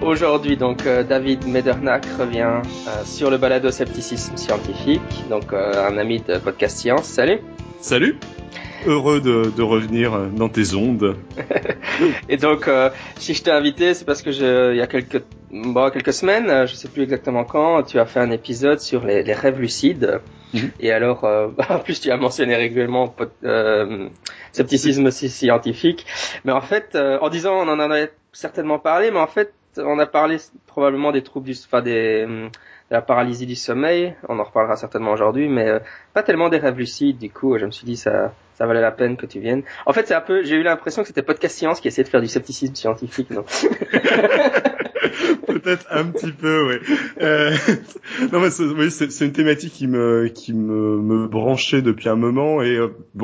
Aujourd'hui, David Medernach revient sur le balado scepticisme scientifique, un ami de Podcast Science. Salut. Salut. Heureux de revenir dans tes ondes. Et si je t'ai invité, c'est parce que il y a quelques semaines, je sais plus exactement quand, tu as fait un épisode sur les rêves lucides. Mm-hmm. Et alors, en plus tu as mentionné régulièrement scepticisme scientifique. Mais en fait, en disant on en avait certainement parlé, mais en fait on a parlé probablement des troubles de la paralysie du sommeil. On en reparlera certainement aujourd'hui, mais pas tellement des rêves lucides. Du coup, je me suis dit ça valait la peine que tu viennes. En fait, j'ai eu l'impression que c'était Podcast Science qui essayait de faire du scepticisme scientifique, non? Peut-être un petit peu, oui. Non, mais c'est une thématique qui me branchait depuis un moment et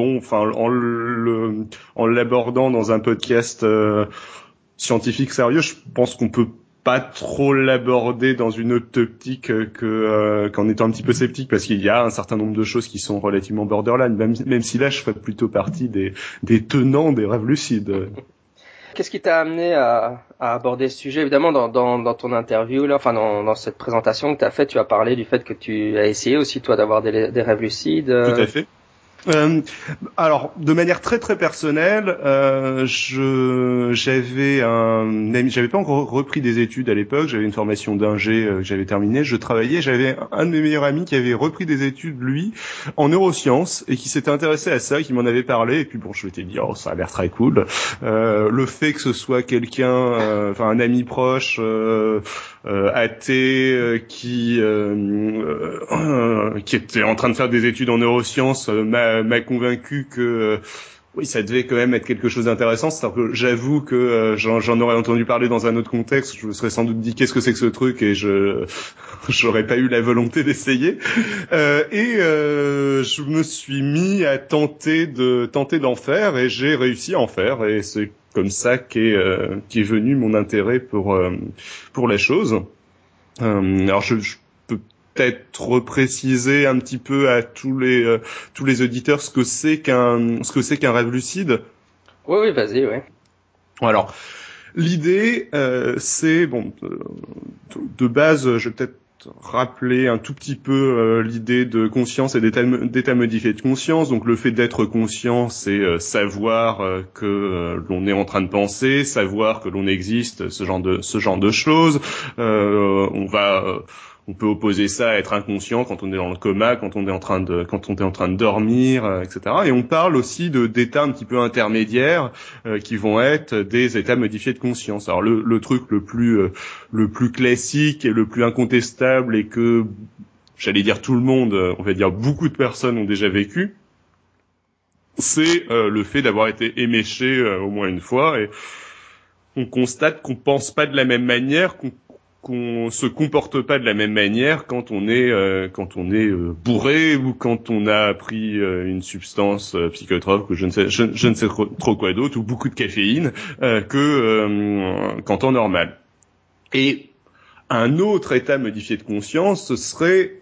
en l'abordant dans un podcast scientifique sérieux, je pense qu'on peut pas trop l'aborder dans une autre optique qu'en étant un petit peu sceptique, parce qu'il y a un certain nombre de choses qui sont relativement borderline, même si là je fais plutôt partie des tenants des rêves lucides. Qu'est-ce qui t'a amené à aborder ce sujet? Évidemment, dans ton interview, là, dans cette présentation que tu as faite, tu as parlé du fait que tu as essayé aussi, toi, d'avoir des rêves lucides. Tout à fait. Alors, de manière très très personnelle, j'avais pas encore repris des études à l'époque, j'avais une formation d'ingé que j'avais terminée, je travaillais, j'avais un de mes meilleurs amis qui avait repris des études, lui, en neurosciences, et qui s'était intéressé à ça, qui m'en avait parlé, et puis bon, je m'étais dit, oh, ça a l'air très cool. Le fait que ce soit quelqu'un, un ami proche, athée, qui était en train de faire des études en neurosciences, m'a convaincu que oui, ça devait quand même être quelque chose d'intéressant. C'est-à-dire que j'avoue que j'en aurais entendu parler dans un autre contexte, je me serais sans doute dit qu'est-ce que c'est que ce truc, et j'aurais pas eu la volonté d'essayer. Je me suis mis à tenter d'en faire, et j'ai réussi à en faire, et c'est comme ça qu'est venu mon intérêt pour la chose. Alors je peux peut-être repréciser un petit peu à tous les auditeurs ce que c'est qu'un rêve lucide. Oui, vas-y, ouais. Alors, l'idée, c'est de base, je vais peut-être rappeler un tout petit peu l'idée de conscience et d'état modifié de conscience. Donc le fait d'être conscient, c'est savoir que l'on est en train de penser, savoir que l'on existe, ce genre de choses. On peut opposer ça à être inconscient quand on est dans le coma, quand on est en train de dormir, etc. Et on parle aussi d'états un petit peu intermédiaires qui vont être des états modifiés de conscience. Alors le truc le plus classique et le plus incontestable, et que j'allais dire tout le monde, on va dire beaucoup de personnes ont déjà vécu, c'est le fait d'avoir été éméché au moins une fois, et on constate qu'on pense pas de la même manière, qu'on se comporte pas de la même manière quand on est bourré, ou quand on a pris une substance psychotrope, que je ne sais trop quoi d'autre, ou beaucoup de caféine, que qu'en temps normal. Et un autre état modifié de conscience, ce serait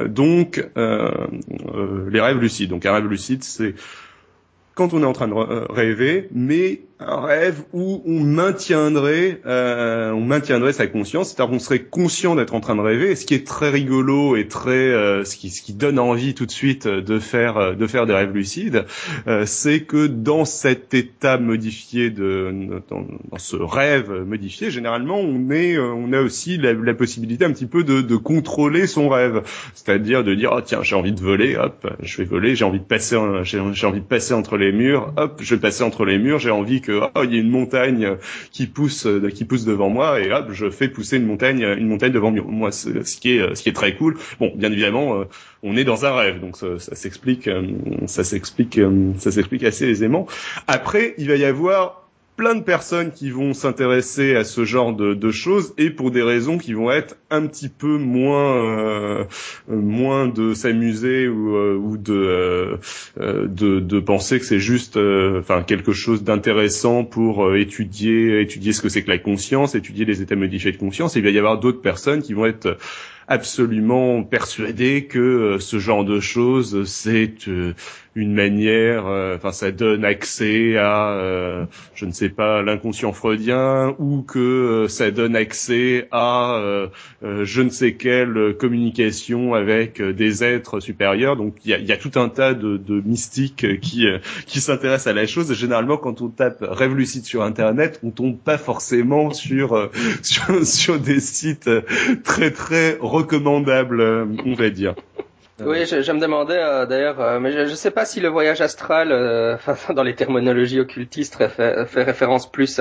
les rêves lucides. Donc un rêve lucide, c'est quand on est en train de rêver, mais un rêve où on maintiendrait sa conscience, c'est-à-dire qu'on serait conscient d'être en train de rêver. Et ce qui est très rigolo et ce qui donne envie tout de suite de faire des rêves lucides, c'est que dans cet état modifié dans ce rêve modifié, généralement on a aussi la possibilité un petit peu de contrôler son rêve, c'est-à-dire de dire oh tiens, j'ai envie de voler, hop, je vais voler, j'ai envie de passer entre les murs, hop, je vais passer entre les murs, j'ai envie que il y a une montagne qui pousse devant moi, et hop, je fais pousser une montagne devant moi, ce qui est très cool. Bon, bien évidemment, on est dans un rêve, donc ça s'explique assez aisément. Après, il va y avoir plein de personnes qui vont s'intéresser à ce genre de choses, et pour des raisons qui vont être un petit peu moins de s'amuser ou de penser que c'est juste quelque chose d'intéressant pour étudier ce que c'est que la conscience, étudier les états modifiés de conscience. Et il va y avoir d'autres personnes qui vont être absolument persuadé que ce genre de choses, c'est une manière, ça donne accès à, je ne sais pas, l'inconscient freudien, ou que ça donne accès à je ne sais quelle communication avec des êtres supérieurs. Donc il y a tout un tas de mystiques qui s'intéressent à la chose. Et généralement, quand on tape rêve lucide sur Internet, on tombe pas forcément sur des sites très très recommandables, on va dire. Oui, je me demandais d'ailleurs, mais je sais pas si le voyage astral, dans les terminologies occultistes, fait référence plus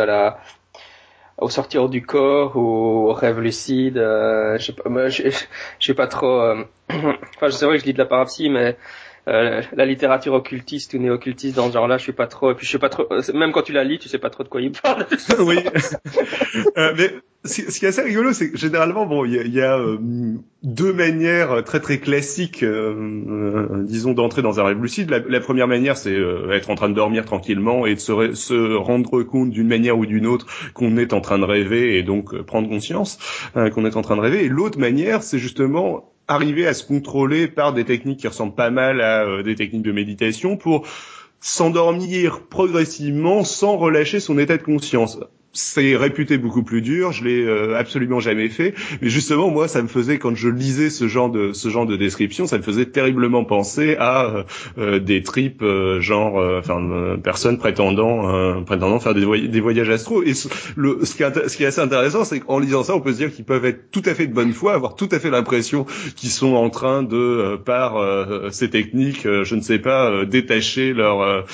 au sortir du corps ou au rêve lucide. Je sais pas, moi, je suis pas trop. Enfin, c'est vrai que je lis de la parapsie, mais la littérature occultiste ou néo-occultiste dans ce genre-là, je suis pas trop. Et puis je sais pas trop. Même quand tu la lis, tu sais pas trop de quoi il parle. Oui. Mais ce qui est assez rigolo, c'est que généralement, il y a deux manières très très classiques, disons, d'entrer dans un rêve lucide. La première manière, c'est être en train de dormir tranquillement et de se rendre compte d'une manière ou d'une autre qu'on est en train de rêver et donc prendre conscience qu'on est en train de rêver. Et l'autre manière, c'est justement arriver à se contrôler par des techniques qui ressemblent pas mal à des techniques de méditation pour s'endormir progressivement sans relâcher son état de conscience. C'est réputé beaucoup plus dur, je l'ai absolument jamais fait, mais justement moi ça me faisait, quand je lisais ce genre de description, ça me faisait terriblement penser à des tripes personnes prétendant faire des voyages astraux. Et ce qui est assez intéressant, c'est qu'en lisant ça, on peut se dire qu'ils peuvent être tout à fait de bonne foi, avoir tout à fait l'impression qu'ils sont en train de par ces techniques, je ne sais pas, détacher leur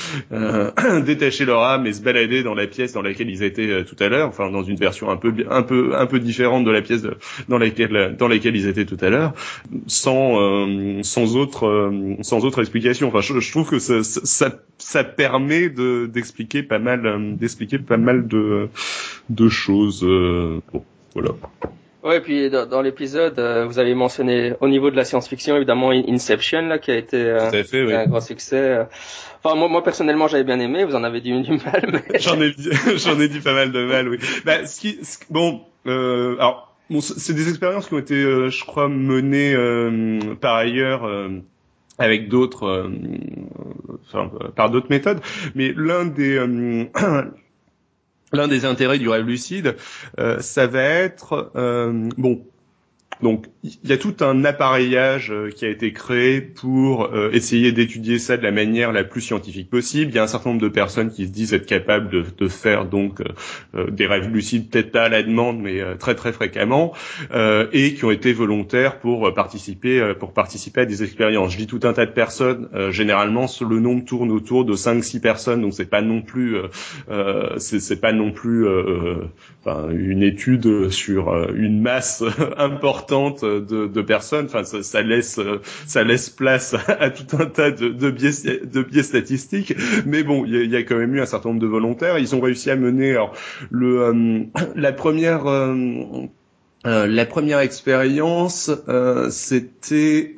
âme et se balader dans la pièce dans laquelle ils étaient tout à l'heure, enfin dans une version un peu différente de la pièce dans laquelle ils étaient tout à l'heure, sans autre explication. Enfin, je trouve que ça permet d'expliquer pas mal de choses. Bon, voilà. Ouais, et puis dans l'épisode, vous avez mentionné au niveau de la science-fiction, évidemment, Inception, là, qui a été Tout à fait, oui. un grand succès. Enfin, moi personnellement, j'avais bien aimé. Vous en avez dit du mal, mais j'en ai dit pas mal de mal, oui. Bah, alors, bon, c'est des expériences qui ont été, je crois, menées par ailleurs. Avec d'autres, par d'autres méthodes, mais l'un des intérêts du rêve lucide, ça va être donc il y a tout un appareillage qui a été créé pour essayer d'étudier ça de la manière la plus scientifique possible. Il y a un certain nombre de personnes qui se disent être capables de faire donc des rêves lucides, peut-être pas à la demande, mais très très fréquemment, et qui ont été volontaires pour participer à des expériences. Je dis tout un tas de personnes. Généralement, le nombre tourne autour de 5-6 personnes, donc c'est pas non plus une étude sur une masse importante de personnes. Enfin, ça laisse place à tout un tas de biais statistiques. Mais bon, il y a quand même eu un certain nombre de volontaires. Ils ont réussi à mener la première expérience, c'était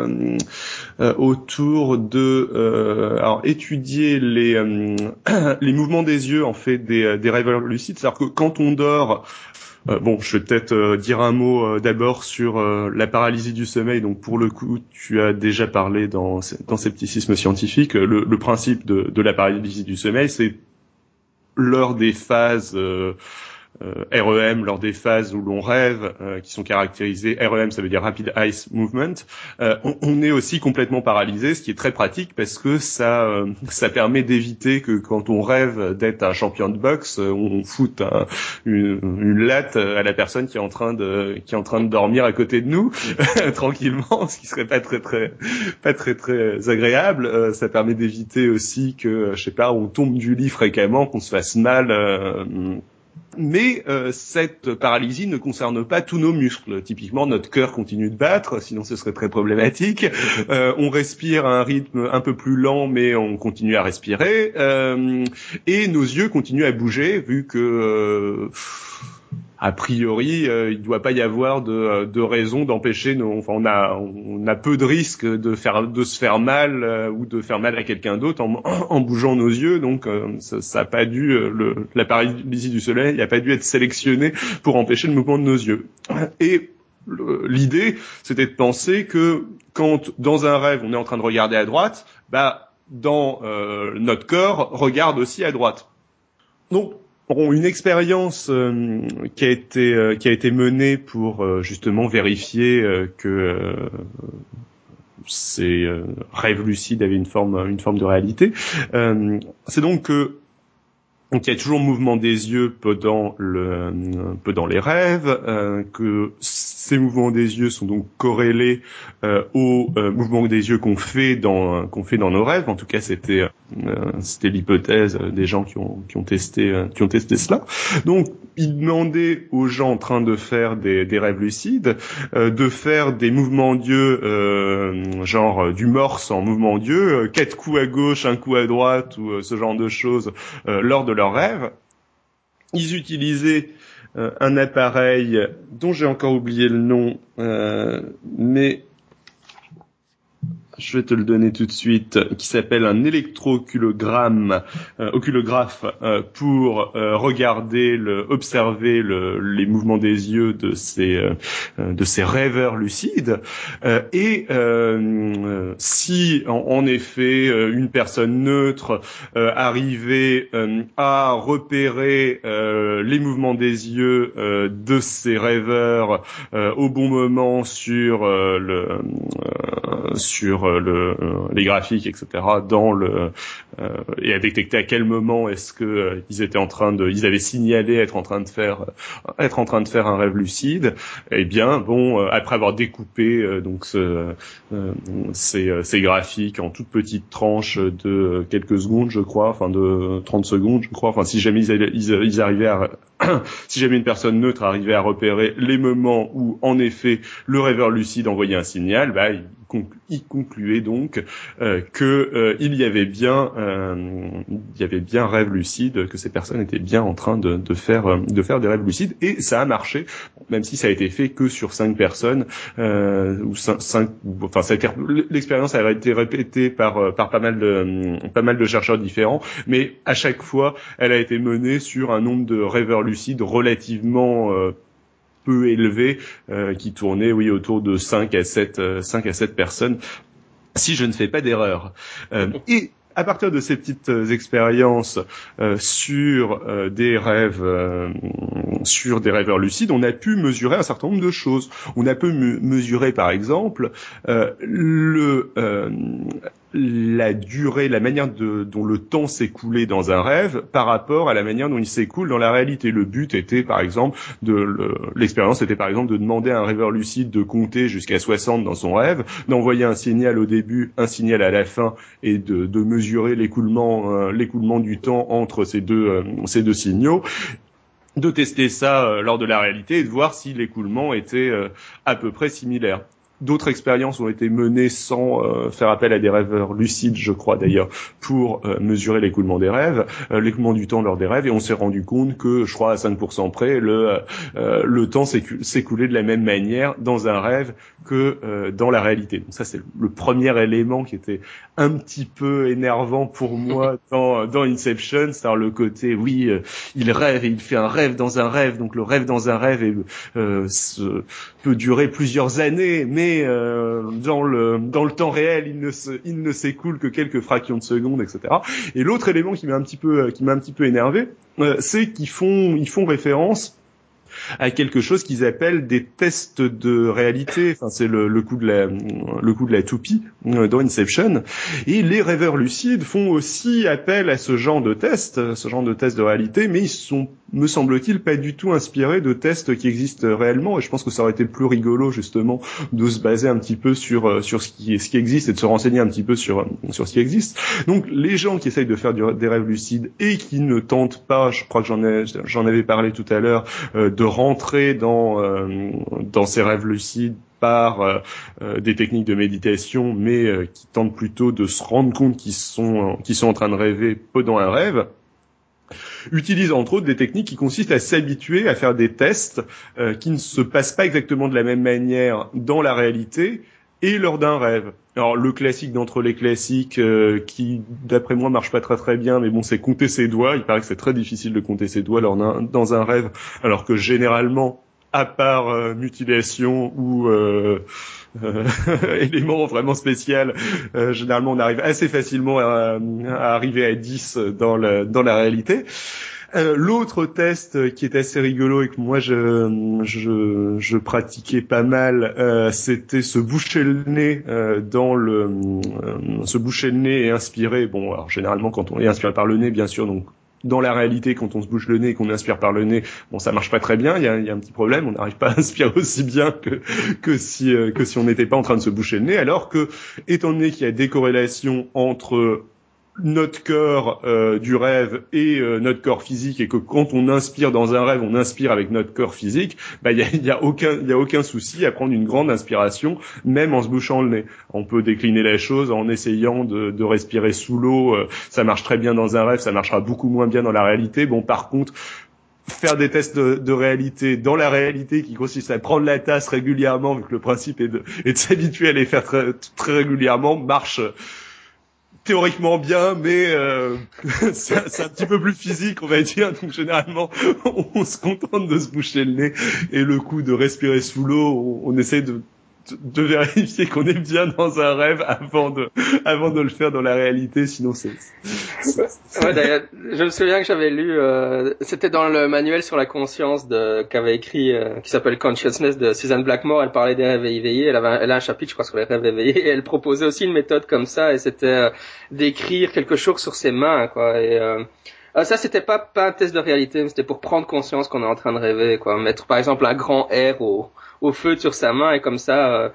autour de étudier les mouvements des yeux en fait des rêveurs lucides. C'est-à-dire que quand on dort, je vais peut-être dire un mot d'abord sur la paralysie du sommeil. Donc pour le coup, tu as déjà parlé dans Scepticisme scientifique. Le principe de la paralysie du sommeil, c'est lors des phases REM, lors des phases où l'on rêve, qui sont caractérisées, REM ça veut dire Rapid Eye Movement, on est aussi complètement paralysé, ce qui est très pratique parce que ça permet d'éviter que quand on rêve d'être un champion de boxe, on foute une latte à la personne qui est en train de dormir à côté de nous tranquillement, ce qui serait pas très agréable. Ça permet d'éviter aussi que, je sais pas, on tombe du lit fréquemment, qu'on se fasse mal. Mais cette paralysie ne concerne pas tous nos muscles. Typiquement, notre cœur continue de battre, sinon ce serait très problématique. On respire à un rythme un peu plus lent, mais on continue à respirer. Et nos yeux continuent à bouger, vu que a priori, il doit pas y avoir de raison d'empêcher on a peu de risques de se faire mal ou de faire mal à quelqu'un d'autre en bougeant nos yeux. Donc ça a pas dû la paralysie du soleil n'a pas dû être sélectionnée pour empêcher le mouvement de nos yeux. Et l'idée, c'était de penser que quand dans un rêve on est en train de regarder à droite, dans notre corps regarde aussi à droite. Donc une expérience qui a été menée pour justement vérifier que ces rêves lucides avaient une forme de réalité. C'est donc que il y a toujours mouvement des yeux pendant les rêves, que ces mouvements des yeux sont donc corrélés aux mouvements des yeux qu'on fait dans nos rêves. En tout cas, c'était l'hypothèse des gens qui ont testé cela. Donc, ils demandaient aux gens en train de faire des rêves lucides de faire des mouvements d'yeux genre du morse en mouvement d'yeux, 4 coups à gauche, un coup à droite ou ce genre de choses lors de leurs rêves. Ils utilisaient un appareil dont j'ai encore oublié le nom, mais je vais te le donner tout de suite, qui s'appelle un électro-oculographe pour observer les mouvements des yeux de ces rêveurs lucides. Si en effet une personne neutre arrivait à repérer les mouvements des yeux de ces rêveurs au bon moment sur les graphiques, etc. Et à détecter à quel moment est-ce que ils avaient signalé être en train de faire un rêve lucide. Eh bien, après avoir découpé ces graphiques en toutes petites tranches de quelques secondes, je crois, enfin de 30 secondes, je crois. Enfin, si jamais ils arrivaient si jamais une personne neutre arrivait à repérer les moments où, en effet, le rêveur lucide envoyait un signal, il concluait donc qu'il y avait bien rêve lucide, que ces personnes étaient bien en train de faire des rêves lucides, et ça a marché, même si ça a été fait que sur 5 personnes l'expérience a été répétée par pas mal de chercheurs différents, mais à chaque fois elle a été menée sur un nombre de rêveurs lucides relativement peu élevé, qui tournait autour de 5 à 7 personnes, si je ne fais pas d'erreur. Et à partir de ces petites expériences sur des rêveurs lucides, on a pu mesurer un certain nombre de choses. On a pu mesurer, par exemple, la durée, la manière dont le temps s'écoulait dans un rêve par rapport à la manière dont il s'écoule dans la réalité. Le but était, par exemple, l'expérience était, par exemple, de demander à un rêveur lucide de compter jusqu'à 60 dans son rêve, d'envoyer un signal au début, un signal à la fin, et de mesurer l'écoulement du temps entre ces deux signaux, de tester ça lors de la réalité et de voir si l'écoulement était à peu près similaire. D'autres expériences ont été menées sans faire appel à des rêveurs lucides, je crois d'ailleurs, pour mesurer l'écoulement des rêves, l'écoulement du temps lors des rêves, et on s'est rendu compte que, je crois à 5% près, le temps s'écoulait de la même manière dans un rêve que dans la réalité. Donc ça, c'est le premier élément qui était un petit peu énervant pour moi dans Inception, c'est-à-dire le côté, il rêve et il fait un rêve dans un rêve, donc le rêve dans un rêve peut durer plusieurs années, mais dans le temps réel, il ne s'écoule que quelques fractions de secondes, etc. Et l'autre élément qui m'a un petit peu énervé, c'est qu'ils font référence à quelque chose qu'ils appellent des tests de réalité. Enfin, c'est le coup de la toupie dans Inception. Et les rêveurs lucides font aussi appel à ce genre de tests de réalité, mais ils sont, me semble-t-il, pas du tout inspirés de tests qui existent réellement. Et je pense que ça aurait été plus rigolo, justement, de se baser un petit peu sur ce qui existe et de se renseigner un petit peu sur ce qui existe. Donc, les gens qui essayent de faire des rêves lucides et qui ne tentent pas, je crois que j'en avais parlé tout à l'heure, de rentrer dans ces rêves lucides par des techniques de méditation, mais qui tentent plutôt de se rendre compte qu'ils sont en train de rêver pendant un rêve, utilisent entre autres des techniques qui consistent à s'habituer à faire des tests qui ne se passent pas exactement de la même manière dans la réalité et lors d'un rêve. Alors le classique d'entre les classiques qui d'après moi marche pas très très bien, mais bon, c'est compter ses doigts. Il paraît que c'est très difficile de compter ses doigts dans un rêve, alors que généralement à part mutilation ou élément vraiment spécial, généralement on arrive assez facilement à arriver à 10 dans la réalité. L'autre test qui est assez rigolo et que moi je pratiquais pas mal, c'était se boucher le nez se boucher le nez et inspirer. Bon, alors généralement quand on est inspiré par le nez, bien sûr, donc dans la réalité, quand on se bouche le nez et qu'on inspire par le nez, bon, ça marche pas très bien. Il y a un petit problème. On n'arrive pas à inspirer aussi bien que si on n'était pas en train de se boucher le nez. Alors que, étant donné qu'il y a des corrélations entre notre corps du rêve et notre corps physique, et que quand on inspire dans un rêve, on inspire avec notre corps physique, bah il y a aucun souci à prendre une grande inspiration, même en se bouchant le nez. On peut décliner la chose en essayant de respirer sous l'eau. Ça marche très bien dans un rêve, ça marchera beaucoup moins bien dans la réalité. Bon, par contre, faire des tests de réalité dans la réalité qui consiste à prendre la tasse régulièrement, vu que le principe est de s'habituer à les faire très, très régulièrement, marche théoriquement bien, mais c'est un petit peu plus physique, on va dire. Donc généralement, on se contente de se boucher le nez, et le coup de respirer sous l'eau, on essaie de vérifier qu'on est bien dans un rêve avant de le faire dans la réalité. Sinon, Ouais, d'ailleurs, je me souviens que j'avais lu, c'était dans le manuel sur la conscience qu'avait écrit, qui s'appelle Consciousness, de Susan Blackmore. Elle parlait des rêves éveillés. Elle a un chapitre, je crois, sur les rêves éveillés. Et elle proposait aussi une méthode comme ça, et c'était d'écrire quelque chose sur ses mains, quoi. Et ça, c'était pas un test de réalité, mais c'était pour prendre conscience qu'on est en train de rêver, quoi. Mettre, par exemple, un grand R au feu sur sa main, et comme ça,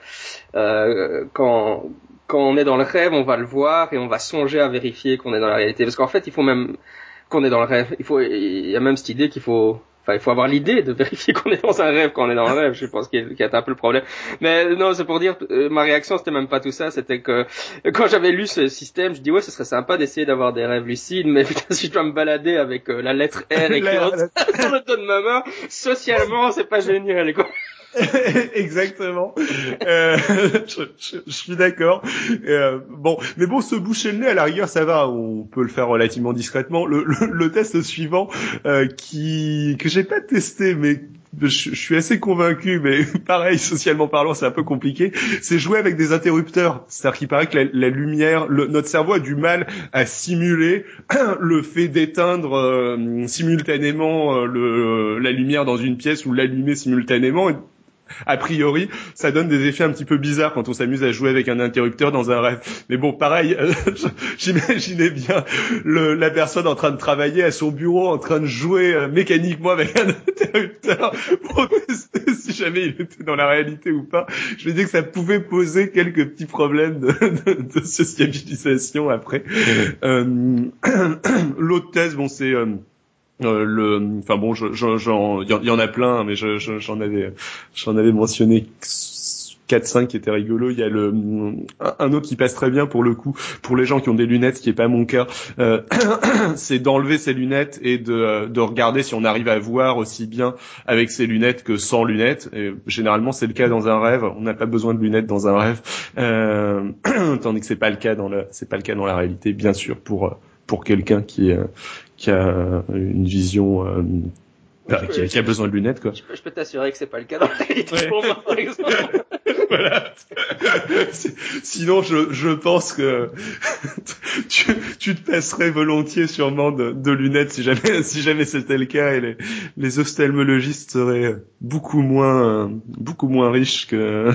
quand on est dans le rêve, on va le voir et on va songer à vérifier qu'on est dans la réalité. Parce qu'en fait, il faut même qu'on est dans le rêve. Il y a même cette idée il faut avoir l'idée de vérifier qu'on est dans un rêve quand on est dans le rêve. Je pense qu'il y a un peu le problème. Mais non, c'est pour dire, ma réaction, c'était même pas tout ça. C'était que quand j'avais lu ce système, je dis ouais, ce serait sympa d'essayer d'avoir des rêves lucides, mais putain, si je dois me balader avec la lettre R écrite sur le dos de ma main, socialement, c'est pas génial, quoi. Exactement. Je suis d'accord. Bon, mais bon, se boucher le nez, à la rigueur, ça va. On peut le faire relativement discrètement. Le test suivant, que j'ai pas testé, mais je suis assez convaincu, mais pareil, socialement parlant, c'est un peu compliqué. C'est jouer avec des interrupteurs. C'est-à-dire qu'il paraît que la lumière, notre cerveau a du mal à simuler le fait d'éteindre simultanément la lumière dans une pièce ou l'allumer simultanément. A priori, ça donne des effets un petit peu bizarres quand on s'amuse à jouer avec un interrupteur dans un rêve. Mais bon, pareil, j'imaginais bien la personne en train de travailler à son bureau, en train de jouer mécaniquement avec un interrupteur pour tester si jamais il était dans la réalité ou pas. Je me dis que ça pouvait poser quelques petits problèmes de sociabilisation après. L'autre thèse, bon, c'est... enfin bon, il y en a plein, mais j'en avais mentionné 4-5 qui étaient rigolos. Il y a un autre qui passe très bien pour le coup, pour les gens qui ont des lunettes, ce qui est pas mon cas. C'est d'enlever ses lunettes et de regarder si on arrive à voir aussi bien avec ses lunettes que sans lunettes. Et généralement, c'est le cas dans un rêve. On n'a pas besoin de lunettes dans un rêve, tandis que c'est pas le cas dans la réalité, bien sûr, pour quelqu'un qui a une vision qui a besoin de lunettes, quoi. Je peux t'assurer que c'est pas le cas dans la réalité, ouais. Pour moi, par exemple. Voilà. Sinon, je pense que tu te passerais volontiers sûrement de lunettes si jamais c'était le cas, et les ophtalmologistes seraient beaucoup moins riches que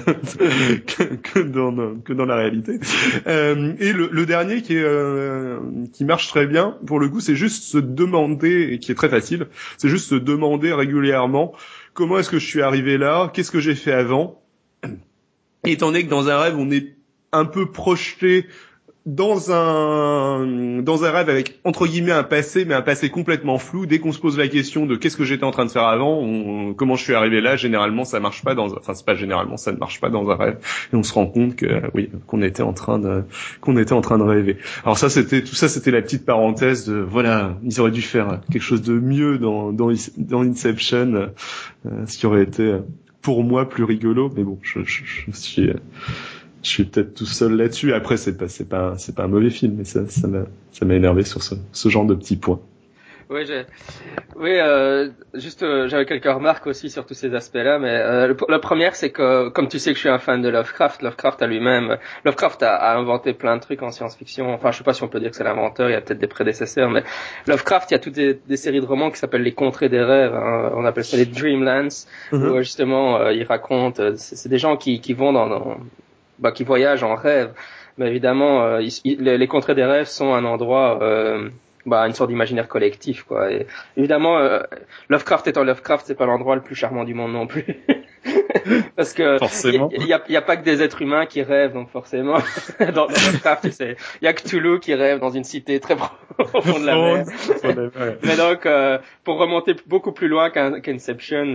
dans la réalité. Et le dernier qui marche très bien, pour le coup, c'est juste se demander, et qui est très facile, c'est juste se demander régulièrement comment est-ce que je suis arrivé là, qu'est-ce que j'ai fait avant. Étant donné que dans un rêve, on est un peu projeté dans un rêve avec, entre guillemets, un passé, mais un passé complètement flou. Dès qu'on se pose la question de qu'est-ce que j'étais en train de faire avant, comment je suis arrivé là, généralement, ça marche pas c'est pas généralement, ça ne marche pas dans un rêve. Et on se rend compte que, oui, qu'on était en train de rêver. Alors tout ça, c'était la petite parenthèse de, voilà, ils auraient dû faire quelque chose de mieux dans Inception, ce qui aurait été, pour moi, plus rigolo. Mais bon, je suis peut-être tout seul là-dessus. Après, c'est pas un mauvais film, mais ça m'a énervé sur ce genre de petits points. Oui, juste j'avais quelques remarques aussi sur tous ces aspects-là, mais la première c'est que comme tu sais que je suis un fan de Lovecraft à lui-même, Lovecraft a inventé plein de trucs en science-fiction. Enfin, je sais pas si on peut dire que c'est l'inventeur, il y a peut-être des prédécesseurs, mais Lovecraft, il y a toutes des séries de romans qui s'appellent les Contrées des rêves, hein. On appelle ça les Dreamlands, où justement il raconte, c'est des gens qui vont qui voyagent en rêve. Mais évidemment, les Contrées des rêves sont un endroit une sorte d'imaginaire collectif, quoi. Et évidemment, Lovecraft étant Lovecraft, c'est pas l'endroit le plus charmant du monde non plus. Parce que forcément. il y a pas que des êtres humains qui rêvent, donc forcément dans Lovecraft, tu sais, il y a Cthulhu qui rêve dans une cité très profonde de la mer. Mais donc pour remonter beaucoup plus loin qu'Inception,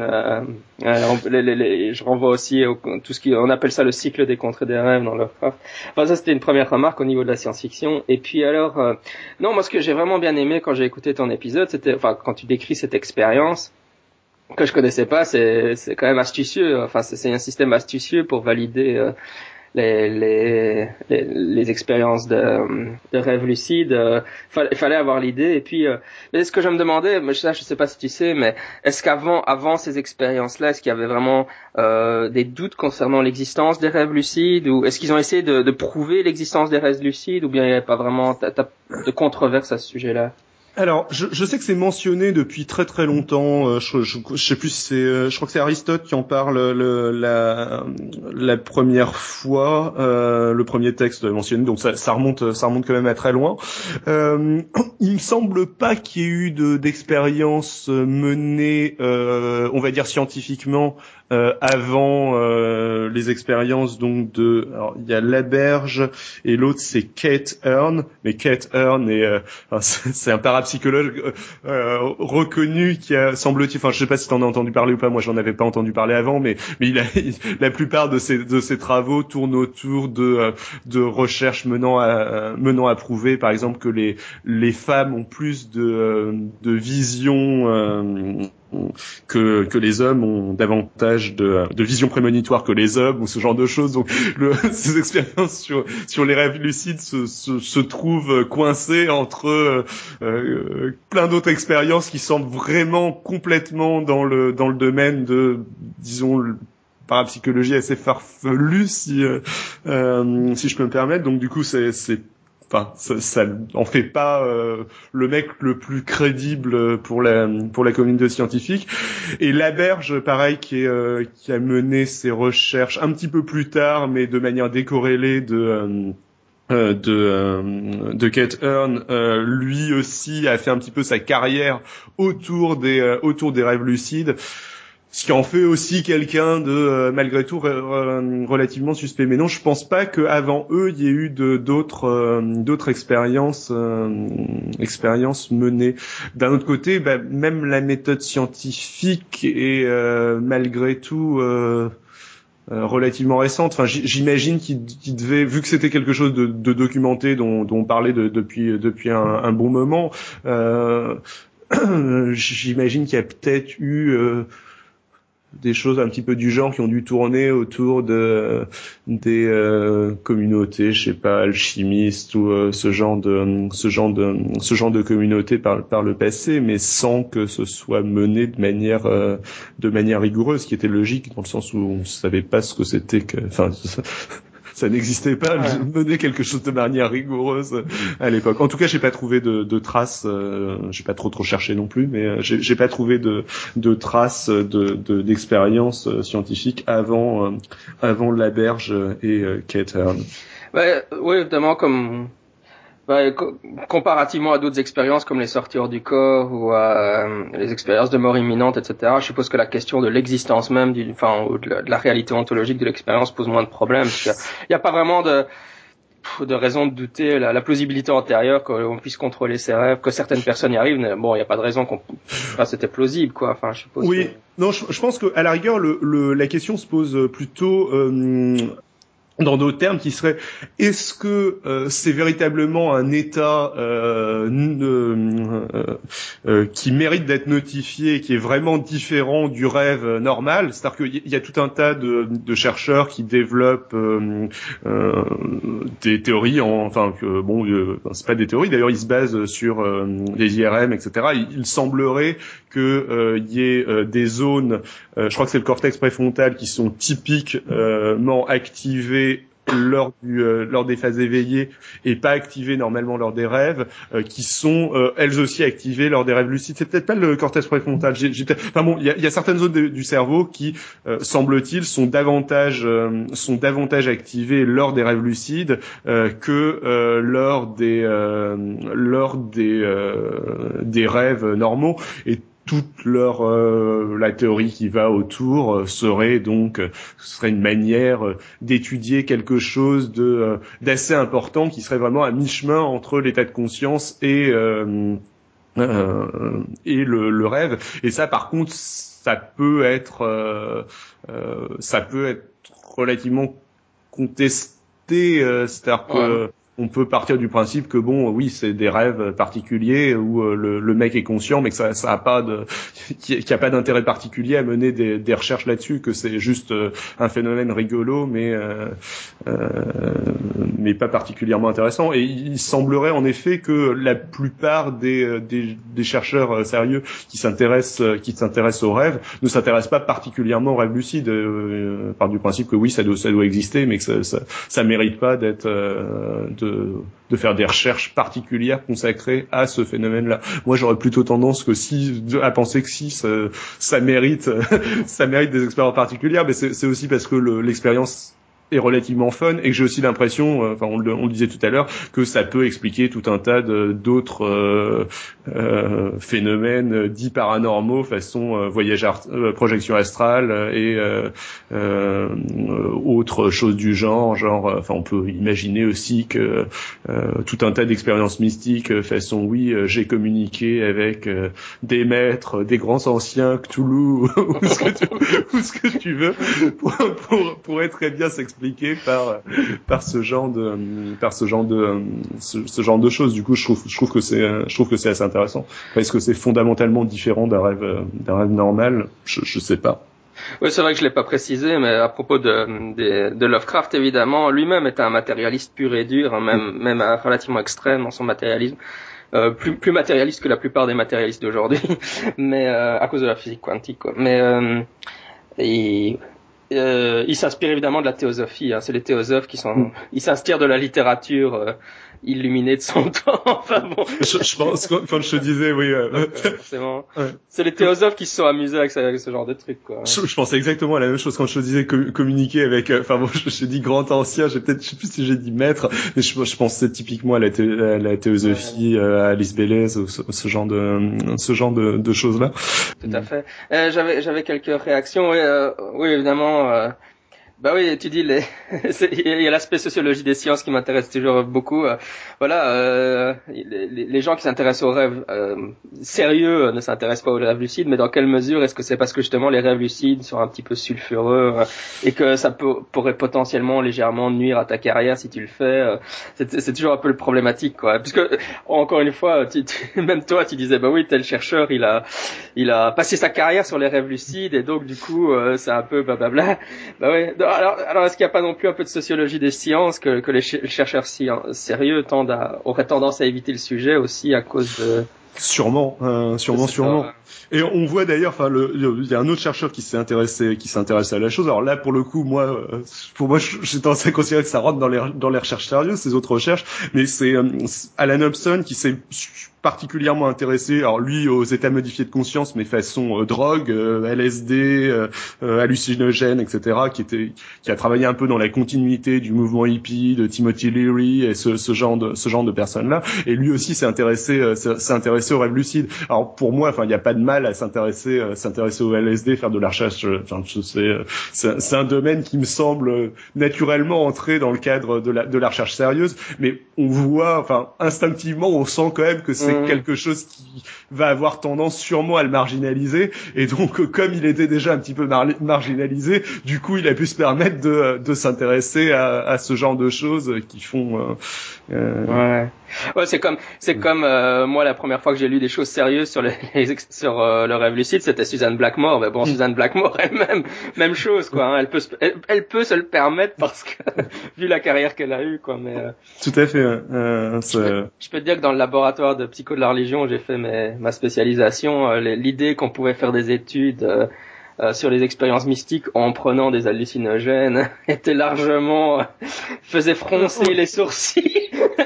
je renvoie aussi tout ce on appelle ça le cycle des contrées des rêves dans Lovecraft. Enfin, ça c'était une première remarque au niveau de la science-fiction. Et puis alors non, moi ce que j'ai vraiment bien aimé quand j'ai écouté ton épisode, c'était quand tu décris cette expérience que je connaissais pas, c'est quand même astucieux. Enfin, c'est un système astucieux pour valider les expériences de rêve lucide. Fallait avoir l'idée. Et puis, mais ce que je me demandais, mais je sais pas si tu sais, mais est-ce avant ces expériences-là, est-ce qu'il y avait vraiment des doutes concernant l'existence des rêves lucides, ou est-ce qu'ils ont essayé de prouver l'existence des rêves lucides, ou bien il n'y avait pas vraiment de controverse à ce sujet-là? Alors, je sais que c'est mentionné depuis très très longtemps. Je sais plus si c'est, je crois que c'est Aristote qui en parle la première fois, le premier texte mentionné. Donc ça remonte quand même à très loin. Il me semble pas qu'il y ait eu d'expérience menée, on va dire scientifiquement, avant les expériences donc alors il y a Laberge et l'autre c'est Kate Hearn, mais Kate Hearn c'est un parapsychologue reconnu qui a, semble-t-il, enfin je sais pas si t'en as entendu parler ou pas, moi j'en avais pas entendu parler avant, mais la plupart de ses travaux tournent autour de recherches menant à prouver par exemple que les femmes ont plus de vision que les hommes ont davantage de vision prémonitoire que les hommes, ou ce genre de choses. Donc ces expériences sur les rêves lucides se trouvent coincées entre plein d'autres expériences qui semblent vraiment complètement dans le domaine de, disons, parapsychologie assez farfelue, si je peux me permettre. Donc du coup enfin, ça en fait pas le mec le plus crédible pour la communauté scientifique. Et Laberge, pareil, qui a mené ses recherches un petit peu plus tard, mais de manière décorrélée de Kate Hearn, lui aussi a fait un petit peu sa carrière autour des rêves lucides. Ce qui en fait aussi quelqu'un de malgré tout relativement suspect. Mais non, je pense pas qu'avant eux il y ait eu d'autres expériences menées. D'un autre côté, même la méthode scientifique est malgré tout relativement récente. Enfin, j'imagine qu'il devait, vu que c'était quelque chose de documenté dont on parlait depuis un bon moment. J'imagine qu'il y a peut-être eu des choses un petit peu du genre qui ont dû tourner autour des communautés, je sais pas, alchimistes ou ce genre de communauté par le passé, mais sans que ce soit mené de manière rigoureuse, ce qui était logique dans le sens où on savait pas ce que c'était ça n'existait pas de mener quelque chose de manière rigoureuse à l'époque. En tout cas, j'ai pas trouvé de traces. J'ai pas trop cherché non plus, mais j'ai pas trouvé de traces d'expérience scientifique avant Laberge et Kate Hearn. Oui, évidemment, comparativement à d'autres expériences comme les sorties hors du corps ou les expériences de mort imminente, etc. Je suppose que la question de l'existence même ou de la réalité ontologique de l'expérience pose moins de problèmes. Il n'y a pas vraiment de raison de douter la plausibilité antérieure qu'on puisse contrôler ses rêves, que certaines personnes y arrivent. Mais bon, il n'y a pas de raison c'était plausible, quoi. Enfin, je suppose. Oui, non, je pense que à la rigueur, la question se pose plutôt. dans d'autres termes, qui serait est-ce que c'est véritablement un état qui mérite d'être notifié, qui est vraiment différent du rêve normal? C'est-à-dire qu'il y a tout un tas de chercheurs qui développent des théories, c'est pas des théories, d'ailleurs ils se basent sur les IRM, etc. Il semblerait que y ait des zones, je crois que c'est le cortex préfrontal, qui sont typiquement activées lors des phases éveillées et pas activées normalement lors des rêves, qui sont elles aussi activées lors des rêves lucides. C'est peut-être pas le cortex préfrontal. Il y a certaines zones du cerveau qui, semble-t-il, sont davantage activées lors des rêves lucides que lors des rêves normaux. Et toute la théorie qui va autour serait une manière d'étudier quelque chose d'assez important, qui serait vraiment à mi-chemin entre l'état de conscience et le rêve. Et ça, par contre, ça peut être relativement contesté, c'est-à-dire que on peut partir du principe que oui, c'est des rêves particuliers où le mec est conscient, mais que ça a pas qu'il y a pas d'intérêt particulier à mener des recherches là-dessus, que c'est juste un phénomène rigolo, mais pas particulièrement intéressant. Et il semblerait en effet que la plupart des chercheurs sérieux qui s'intéressent aux rêves ne s'intéressent pas particulièrement aux rêves lucides, par du principe que oui, ça doit exister, mais que ça mérite pas d'être de faire des recherches particulières consacrées à ce phénomène-là. Moi, j'aurais plutôt tendance à penser que ça mérite des expériences particulières, mais c'est aussi parce que l'expérience est relativement fun, et que j'ai aussi l'impression, on le disait tout à l'heure, que ça peut expliquer tout un tas d'autres phénomènes dits paranormaux, façon voyage projection astrale et autres choses du genre, on peut imaginer aussi que tout un tas d'expériences mystiques, façon j'ai communiqué avec des maîtres, des grands anciens, Cthulhu, ou ce que tu veux, pourrait très bien s'expliquer par ce genre de choses. Du coup, je trouve que c'est assez intéressant. Est-ce que c'est fondamentalement différent d'un rêve normal? Je sais pas. Oui, c'est vrai que je l'ai pas précisé, mais à propos de Lovecraft, évidemment, lui-même était un matérialiste pur et dur, même relativement extrême dans son matérialisme. Plus matérialiste que la plupart des matérialistes d'aujourd'hui, mais à cause de la physique quantique, quoi. Mais il s'inspire évidemment de la théosophie. C'est les théosophes ils s'inspirent de la littérature illuminée de son temps. Enfin bon. Je pense quand je te disais, oui. Forcément. Ouais. C'est les théosophes qui se sont amusés avec ce genre de trucs, quoi. Je pensais exactement à la même chose quand je te disais communiquer avec. Je t'ai dit grand ancien. Je sais plus si j'ai dit maître, mais je pensais typiquement à la théosophie, à Alice Bélez, ce genre de choses là. Tout à fait. J'avais quelques réactions. Oui, évidemment. Bah oui, tu dis il y a l'aspect sociologie des sciences qui m'intéresse toujours beaucoup. Les gens qui s'intéressent aux rêves sérieux ne s'intéressent pas aux rêves lucides, mais dans quelle mesure est-ce que c'est parce que justement les rêves lucides sont un petit peu sulfureux et que ça pourrait potentiellement légèrement nuire à ta carrière si tu le fais. C'est toujours un peu le problématique, quoi. Puisque encore une fois, même toi, tu disais bah oui, tel chercheur, il a passé sa carrière sur les rêves lucides et donc du coup c'est un peu blablabla. Bah oui. Alors est-ce qu'il n'y a pas non plus un peu de sociologie des sciences que les chercheurs sérieux auraient tendance à éviter le sujet aussi à cause de... Sûrement. Et on voit d'ailleurs, il y a un autre chercheur qui s'est intéressé à la chose. Alors là, pour le coup, pour moi, j'ai tendance à considérer que ça rentre dans les recherches sérieuses, ces autres recherches, mais c'est Alan Hobson qui s'est particulièrement intéressé, alors lui, aux états modifiés de conscience, mais façon drogue, LSD, hallucinogène, etc., qui a travaillé un peu dans la continuité du mouvement hippie de Timothy Leary et ce genre de personnes-là. Et lui aussi s'est intéressé s'intéresser aux rêves lucides. Alors pour moi, enfin, il n'y a pas de mal à s'intéresser au LSD, faire de la recherche. Enfin, c'est un domaine qui me semble naturellement entrer dans le cadre de la recherche sérieuse, mais on voit, enfin, instinctivement, on sent quand même que c'est quelque chose qui va avoir tendance sûrement à le marginaliser, et donc comme il était déjà un petit peu marginalisé, du coup il a pu se permettre de s'intéresser à ce genre de choses qui font ouais, c'est comme moi la première fois que j'ai lu des choses sérieuses sur sur le rêve lucide, c'était Suzanne Blackmore. Mais bon, Suzanne Blackmore elle-même, même chose quoi, hein. Elle peut se le permettre parce que vu la carrière qu'elle a eue quoi. Mais tout à fait. je peux te dire que dans le laboratoire de psycho de la religion, j'ai fait ma spécialisation. L'idée qu'on pouvait faire des études sur les expériences mystiques en prenant des hallucinogènes était largement faisait froncer les sourcils.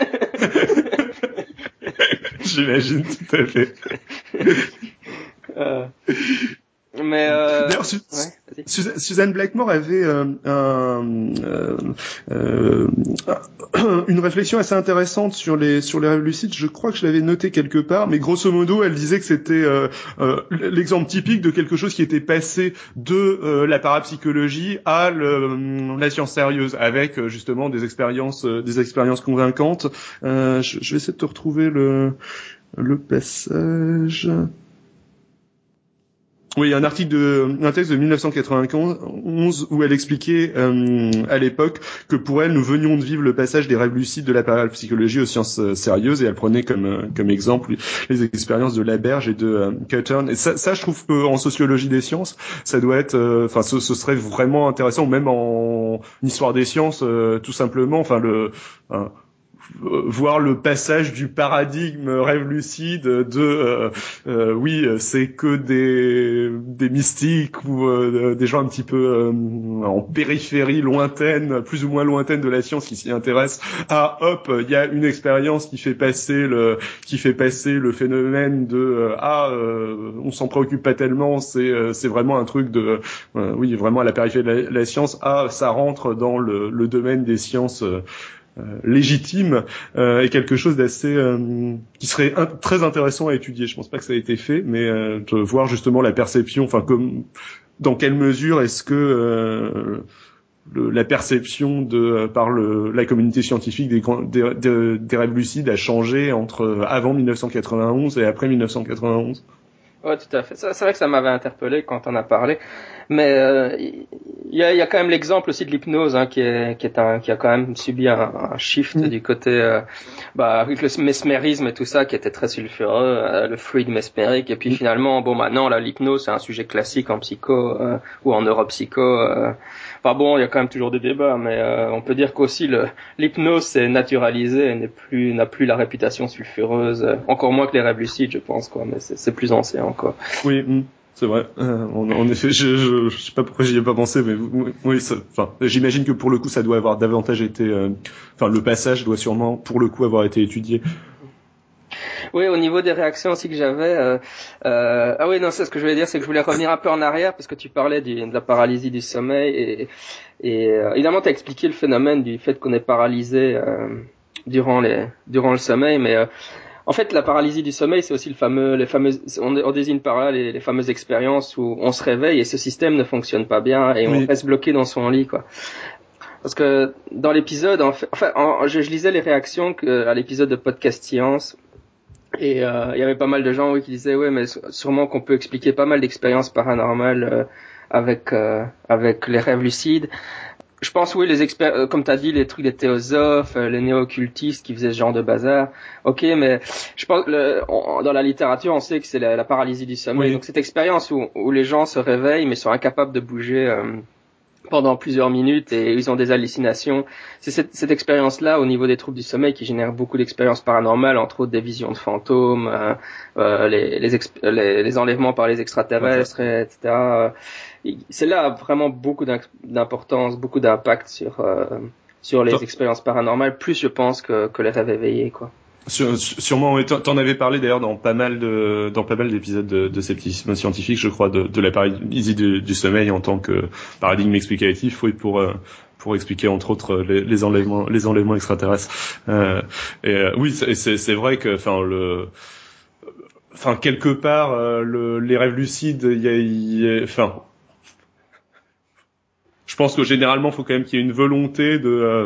J'imagine tout à fait. Mais d'ailleurs, Suzanne Blackmore avait une réflexion assez intéressante sur les rêves lucides. Je crois que je l'avais noté quelque part, mais grosso modo, elle disait que c'était l'exemple typique de quelque chose qui était passé de la parapsychologie à la science sérieuse, avec justement des expériences convaincantes. Je vais essayer de te retrouver le passage. Oui, un texte de 1991 où elle expliquait à l'époque que pour elle, nous venions de vivre le passage des rêves lucides de la parapsychologie aux sciences sérieuses, et elle prenait comme exemple les expériences de Laberge et de Cuttern. Et ça, je trouve qu'en sociologie des sciences, ça doit être, enfin, ce serait vraiment intéressant, même en histoire des sciences, tout simplement. Enfin, voir le passage du paradigme rêve lucide de oui, c'est que des mystiques ou des gens un petit peu en périphérie lointaine, plus ou moins lointaine de la science qui s'y intéressent, à hop, il y a une expérience qui fait passer le phénomène de on s'en préoccupe pas tellement, c'est vraiment un truc de oui, vraiment à la périphérie de la science, ça rentre dans le domaine des sciences légitime, et quelque chose d'assez qui serait très intéressant à étudier. Je pense pas que ça a été fait, mais de voir justement la perception, enfin dans quelle mesure est-ce que la perception par la communauté scientifique des rêves lucides a changé entre avant 1991 et après 1991. Ouais, tout à fait. C'est vrai que ça m'avait interpellé quand on a parlé. Mais il y a quand même l'exemple aussi de l'hypnose, hein, qui a quand même subi un shift du côté avec le mesmérisme et tout ça, qui était très sulfureux, le fluide mesmérique. Et puis finalement, bon, maintenant là, l'hypnose c'est un sujet classique en psycho ou en neuropsycho. Enfin bon, il y a quand même toujours des débats, mais on peut dire qu'aussi l'hypnose s'est naturalisée et n'a plus la réputation sulfureuse, encore moins que les rêves lucides, je pense, quoi. Mais c'est plus ancien encore. Oui. C'est vrai. En effet, je sais pas pourquoi j'y ai pas pensé, mais oui, j'imagine que pour le coup, ça doit avoir davantage été, le passage doit sûrement, pour le coup, avoir été étudié. Oui, au niveau des réactions aussi que j'avais, ah oui, non, c'est ce que je voulais dire, c'est que je voulais revenir un peu en arrière parce que tu parlais de la paralysie du sommeil et évidemment, tu as expliqué le phénomène du fait qu'on est paralysé durant le sommeil, mais en fait, la paralysie du sommeil, c'est aussi on désigne par là les fameuses expériences où on se réveille et ce système ne fonctionne pas bien et on reste bloqué dans son lit, quoi. Parce que dans l'épisode, je lisais les réactions à l'épisode de Podcast Science et il y avait pas mal de gens qui disaient ouais, mais sûrement qu'on peut expliquer pas mal d'expériences paranormales avec les rêves lucides. Je pense oui, les experts, comme t'as dit, les trucs des théosophes, les néo-occultistes qui faisaient ce genre de bazar. Ok, mais je pense dans la littérature, on sait que c'est la paralysie du sommeil. Donc cette expérience où les gens se réveillent mais sont incapables de bouger pendant plusieurs minutes et ils ont des hallucinations. C'est cette expérience-là au niveau des troubles du sommeil qui génère beaucoup d'expériences paranormales, entre autres des visions de fantômes, les enlèvements par les extraterrestres, etc. Celle-là a vraiment beaucoup d'importance, beaucoup d'impact sur les expériences paranormales, plus je pense que les rêves éveillés, quoi. Sûrement, t'en avais parlé d'ailleurs dans pas mal d'épisodes de scepticisme scientifique, je crois, de la paralysie du sommeil en tant que paradigme explicatif, oui, pour expliquer entre autres les enlèvements extraterrestres. Oui, c'est vrai que, enfin quelque part les rêves lucides, enfin, je pense que généralement faut quand même qu'il y ait une volonté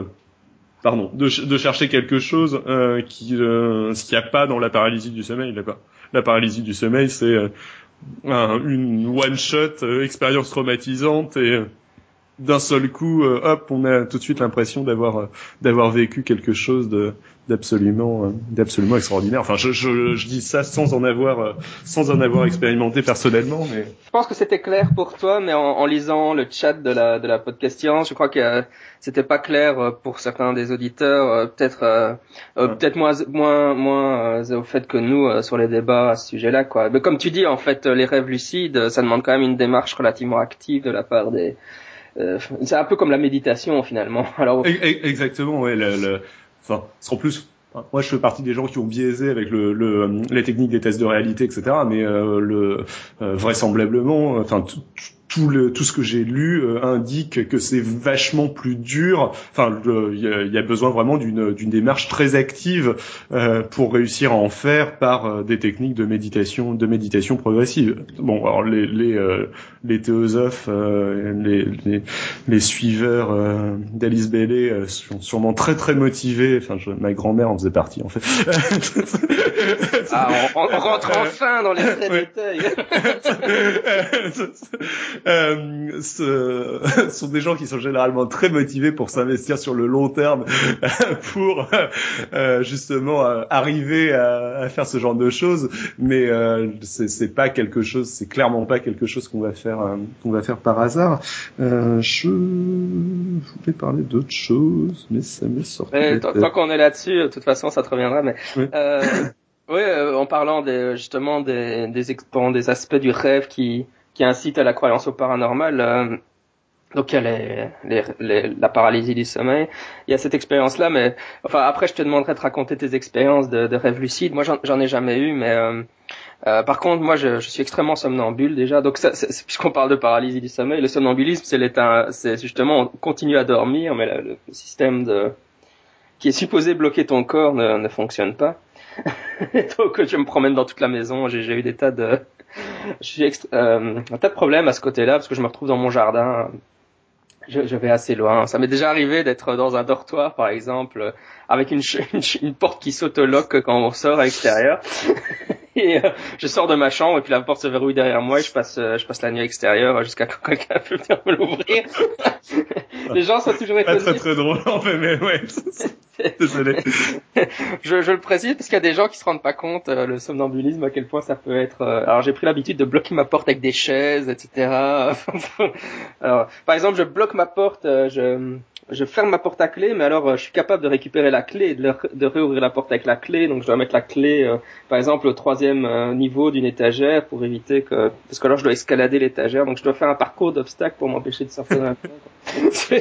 de chercher quelque chose ce qu'il n'y a pas dans la paralysie du sommeil. La paralysie du sommeil, c'est une one shot expérience traumatisante et d'un seul coup, hop, on a tout de suite l'impression d'avoir vécu quelque chose d'absolument extraordinaire. Enfin, je dis ça sans en avoir expérimenté personnellement, mais je pense que c'était clair pour toi, mais en lisant le chat de la podcast science, je crois que c'était pas clair pour certains des auditeurs, peut-être moins au fait que nous sur les débats à ce sujet-là, quoi. Mais comme tu dis, en fait, les rêves lucides, ça demande quand même une démarche relativement active de la part des c'est un peu comme la méditation finalement. Alors exactement, ouais. Enfin, en plus, moi je fais partie des gens qui ont biaisé avec les techniques des tests de réalité, etc. Mais vraisemblablement, enfin tout ce que j'ai lu indique que c'est vachement plus dur. Enfin, il y a besoin vraiment d'une démarche très active pour réussir à en faire par des techniques de méditation progressive. Bon, alors les théosophes, les suiveurs d'Alice Bailey sont sûrement très très motivés. Enfin, ma grand-mère en faisait partie en fait. On rentre enfin dans les vrais détails. Sont des gens qui sont généralement très motivés pour s'investir sur le long terme pour justement arriver à faire ce genre de choses, mais c'est pas quelque chose, c'est clairement pas quelque chose qu'on va faire par hasard. Je voulais parler d'autre chose, mais ça m'est sorti. Tant qu'on est là-dessus, de toute façon, ça te reviendra. Mais oui. En parlant justement des aspects du rêve qui incitent à la croyance au paranormal. Donc il y a la paralysie du sommeil. Il y a cette expérience-là, mais enfin après je te demanderai de raconter tes expériences de rêve lucide. Moi j'en ai jamais eu, mais par contre moi je suis extrêmement somnambule déjà. Donc puisqu'on parle de paralysie du sommeil, le somnambulisme c'est justement on continue à dormir, mais le système qui est supposé bloquer ton corps ne fonctionne pas. Donc je me promène dans toute la maison. J'ai eu des tas de un tas de problèmes à ce côté-là parce que je me retrouve dans mon jardin. Je vais assez loin. Ça m'est déjà arrivé d'être dans un dortoir, par exemple, avec une porte qui s'auto-lock quand on sort à l'extérieur. Et je sors de ma chambre et puis la porte se verrouille derrière moi et je passe la nuit à l'extérieur jusqu'à quand quelqu'un peut venir me l'ouvrir. Les gens sont toujours étonnés. Pas très drôle, en fait, mais ouais. Désolé. Je le précise parce qu'il y a des gens qui se rendent pas compte le somnambulisme à quel point ça peut être. Alors j'ai pris l'habitude de bloquer ma porte avec des chaises, etc. Alors, par exemple, je bloque ma porte, je ferme ma porte à clé, mais alors je suis capable de récupérer la clé et de réouvrir la porte avec la clé. Donc je dois mettre la clé, par exemple, au 3e niveau d'une étagère pour éviter que, parce que alors je dois escalader l'étagère, donc je dois faire un parcours d'obstacles pour m'empêcher de sortir d'un coin.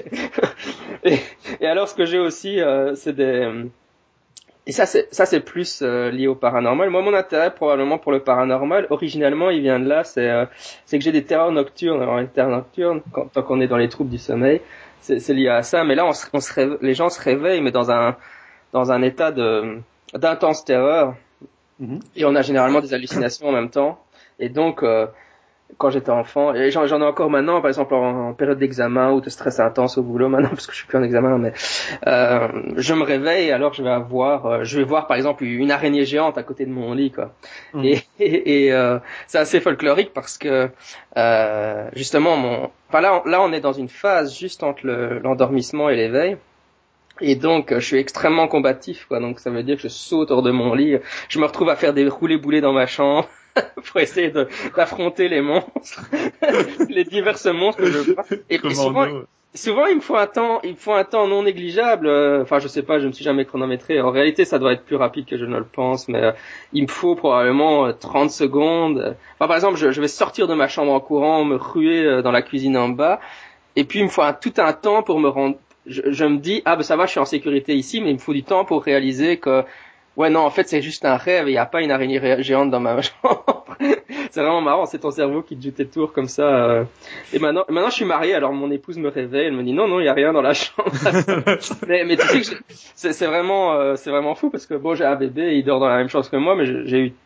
Et alors ce que j'ai aussi, c'est des et ça c'est plus lié au paranormal. Moi mon intérêt probablement pour le paranormal, originellement il vient de là, c'est que j'ai des terreurs nocturnes. Alors les terreurs nocturnes, tant qu'on est dans les troubles du sommeil, c'est lié à ça. Mais là les gens se réveillent, mais dans un état d'intense terreur. Mm-hmm. Et on a généralement des hallucinations en même temps. Et donc quand j'étais enfant, et j'en ai encore maintenant, par exemple en période d'examen ou de stress intense au boulot maintenant, parce que je suis plus en examen, mais je me réveille, alors je vais voir par exemple une araignée géante à côté de mon lit, quoi. Mmh. Et c'est assez folklorique parce que justement là on est dans une phase juste entre l'endormissement et l'éveil. Et donc, je suis extrêmement combatif, quoi. Donc, ça veut dire que je saute hors de mon lit. Je me retrouve à faire des roulés-boulés dans ma chambre pour essayer d'affronter les monstres, les diverses monstres que je vois. Et souvent, il me faut un temps non négligeable. Enfin, je sais pas, je me suis jamais chronométré. En réalité, ça doit être plus rapide que je ne le pense, mais il me faut probablement 30 secondes. Enfin, par exemple, je vais sortir de ma chambre en courant, me ruer dans la cuisine en bas. Et puis, il me faut tout un temps pour me rendre. Je me dis, ça va, je suis en sécurité ici, mais il me faut du temps pour réaliser que, ouais, non, en fait, c'est juste un rêve, il n'y a pas une araignée géante dans ma chambre. C'est vraiment marrant, c'est ton cerveau qui te joue tes tours comme ça. Et maintenant, je suis marié, alors mon épouse me réveille, elle me dit, non, il n'y a rien dans la chambre. mais tu sais que c'est vraiment fou parce que bon, j'ai un bébé, il dort dans la même chose que moi, mais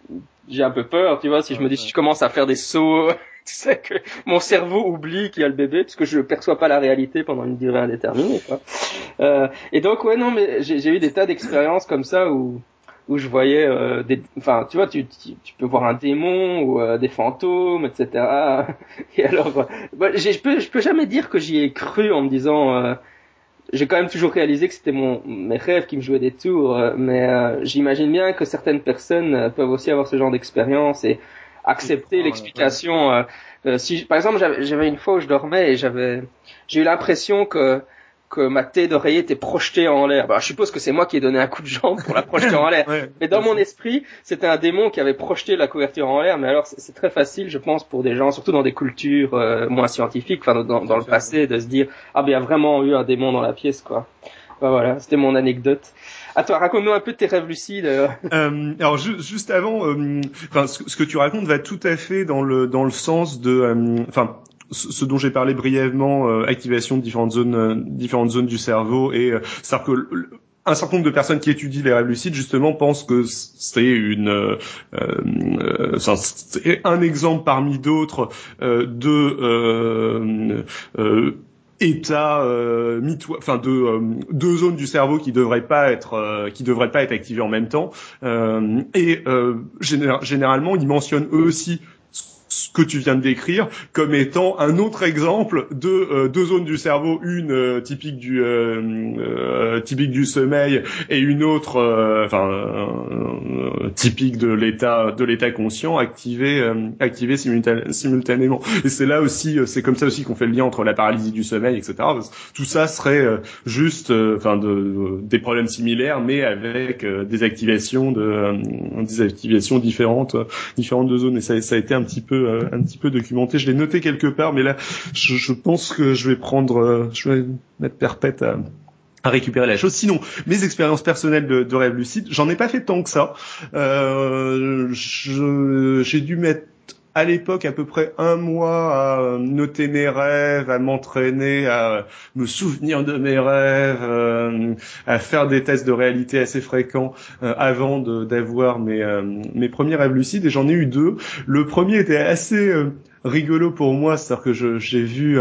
j'ai un peu peur, tu vois, si je me dis si je commence à faire des sauts, tu sais que mon cerveau oublie qu'il y a le bébé parce que je perçois pas la réalité pendant une durée indéterminée, quoi. Et donc ouais, non, mais j'ai eu des tas d'expériences comme ça où je voyais enfin tu vois, tu peux voir un démon ou des fantômes, etc. Et alors je peux jamais dire que j'y ai cru en me disant j'ai quand même toujours réalisé que c'était mes rêves qui me jouaient des tours, mais j'imagine bien que certaines personnes peuvent aussi avoir ce genre d'expérience et accepter l'explication. Si par exemple j'avais une fois où je dormais et j'ai eu l'impression que ma tête d'oreiller était projetée en l'air. Bah, je suppose que c'est moi qui ai donné un coup de jambe pour la projeter en l'air. Mais dans mon esprit, c'était un démon qui avait projeté la couverture en l'air. Mais alors, c'est très facile, je pense, pour des gens, surtout dans des cultures moins scientifiques, enfin dans le passé, de se dire ah ben il y a vraiment eu un démon dans la pièce, quoi. Bah, voilà, c'était mon anecdote. À toi, raconte-nous un peu de tes rêves lucides. Alors juste avant, enfin ce que tu racontes va tout à fait dans le sens de, enfin ce dont j'ai parlé brièvement, activation de différentes zones du cerveau, et c'est-à-dire que un certain nombre de personnes qui étudient les rêves lucides justement pensent que c'est c'est un exemple parmi d'autres état enfin deux zones du cerveau qui devraient pas être activées en même temps, généralement ils mentionnent eux aussi ce que tu viens de décrire comme étant un autre exemple de deux zones du cerveau, une typique du sommeil et une autre typique de l'état conscient activée simultanément. Et c'est là aussi, c'est comme ça aussi qu'on fait le lien entre la paralysie du sommeil, etc. Tout ça serait juste des problèmes similaires, mais avec des activations différentes de zones. Et ça a été un petit peu documenté. Je l'ai noté quelque part, mais là, je pense que je vais mettre perpète à récupérer la chose. Sinon, mes expériences personnelles de rêve lucide, j'en ai pas fait tant que ça. J'ai dû mettre à l'époque à peu près 1 mois à noter mes rêves, à m'entraîner, à me souvenir de mes rêves, à faire des tests de réalité assez fréquents avant d'avoir mes premiers rêves lucides. Et j'en ai eu 2. Le premier était assez rigolo pour moi, c'est-à-dire que j'ai vu